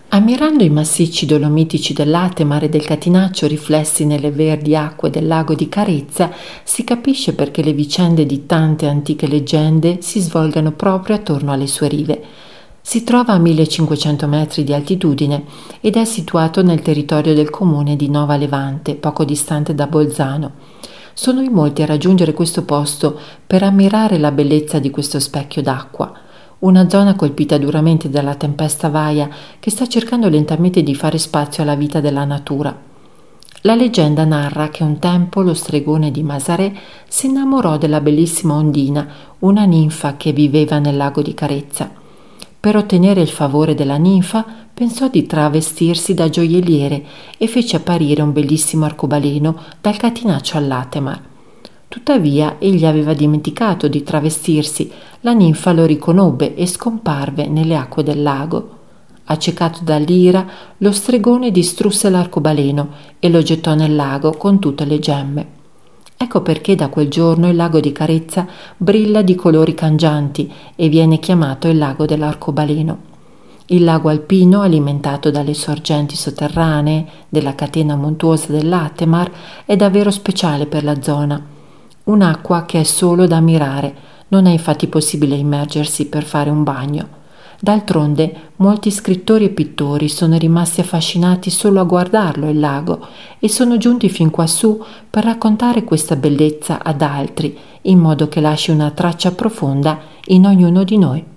Ammirando i massicci dolomitici dell'Atemar e del Catinaccio riflessi nelle verdi acque del lago di Carezza, si capisce perché le vicende di tante antiche leggende si svolgano proprio attorno alle sue rive. Si trova a 1500 metri di altitudine ed è situato nel territorio del comune di Nova Levante, poco distante da Bolzano. Sono in molti a raggiungere questo posto per ammirare la bellezza di questo specchio d'acqua. Una zona colpita duramente dalla tempesta Vaia che sta cercando lentamente di fare spazio alla vita della natura. La leggenda narra che un tempo lo stregone di Masarè si innamorò della bellissima Ondina, una ninfa che viveva nel lago di Carezza. Per ottenere il favore della ninfa pensò di travestirsi da gioielliere e fece apparire un bellissimo arcobaleno dal Catinaccio all'Atemar. Tuttavia egli aveva dimenticato di travestirsi. La ninfa lo riconobbe e scomparve nelle acque del lago. Accecato dall'ira, lo stregone distrusse l'arcobaleno e lo gettò nel lago con tutte le gemme. Ecco perché da quel giorno il lago di Carezza brilla di colori cangianti e viene chiamato il lago dell'arcobaleno. Il lago alpino, alimentato dalle sorgenti sotterranee della catena montuosa dell'Atemar, è davvero speciale per la zona. Un'acqua che è solo da ammirare, non è infatti possibile immergersi per fare un bagno. D'altronde, molti scrittori e pittori sono rimasti affascinati solo a guardarlo il lago e sono giunti fin quassù per raccontare questa bellezza ad altri, in modo che lasci una traccia profonda in ognuno di noi.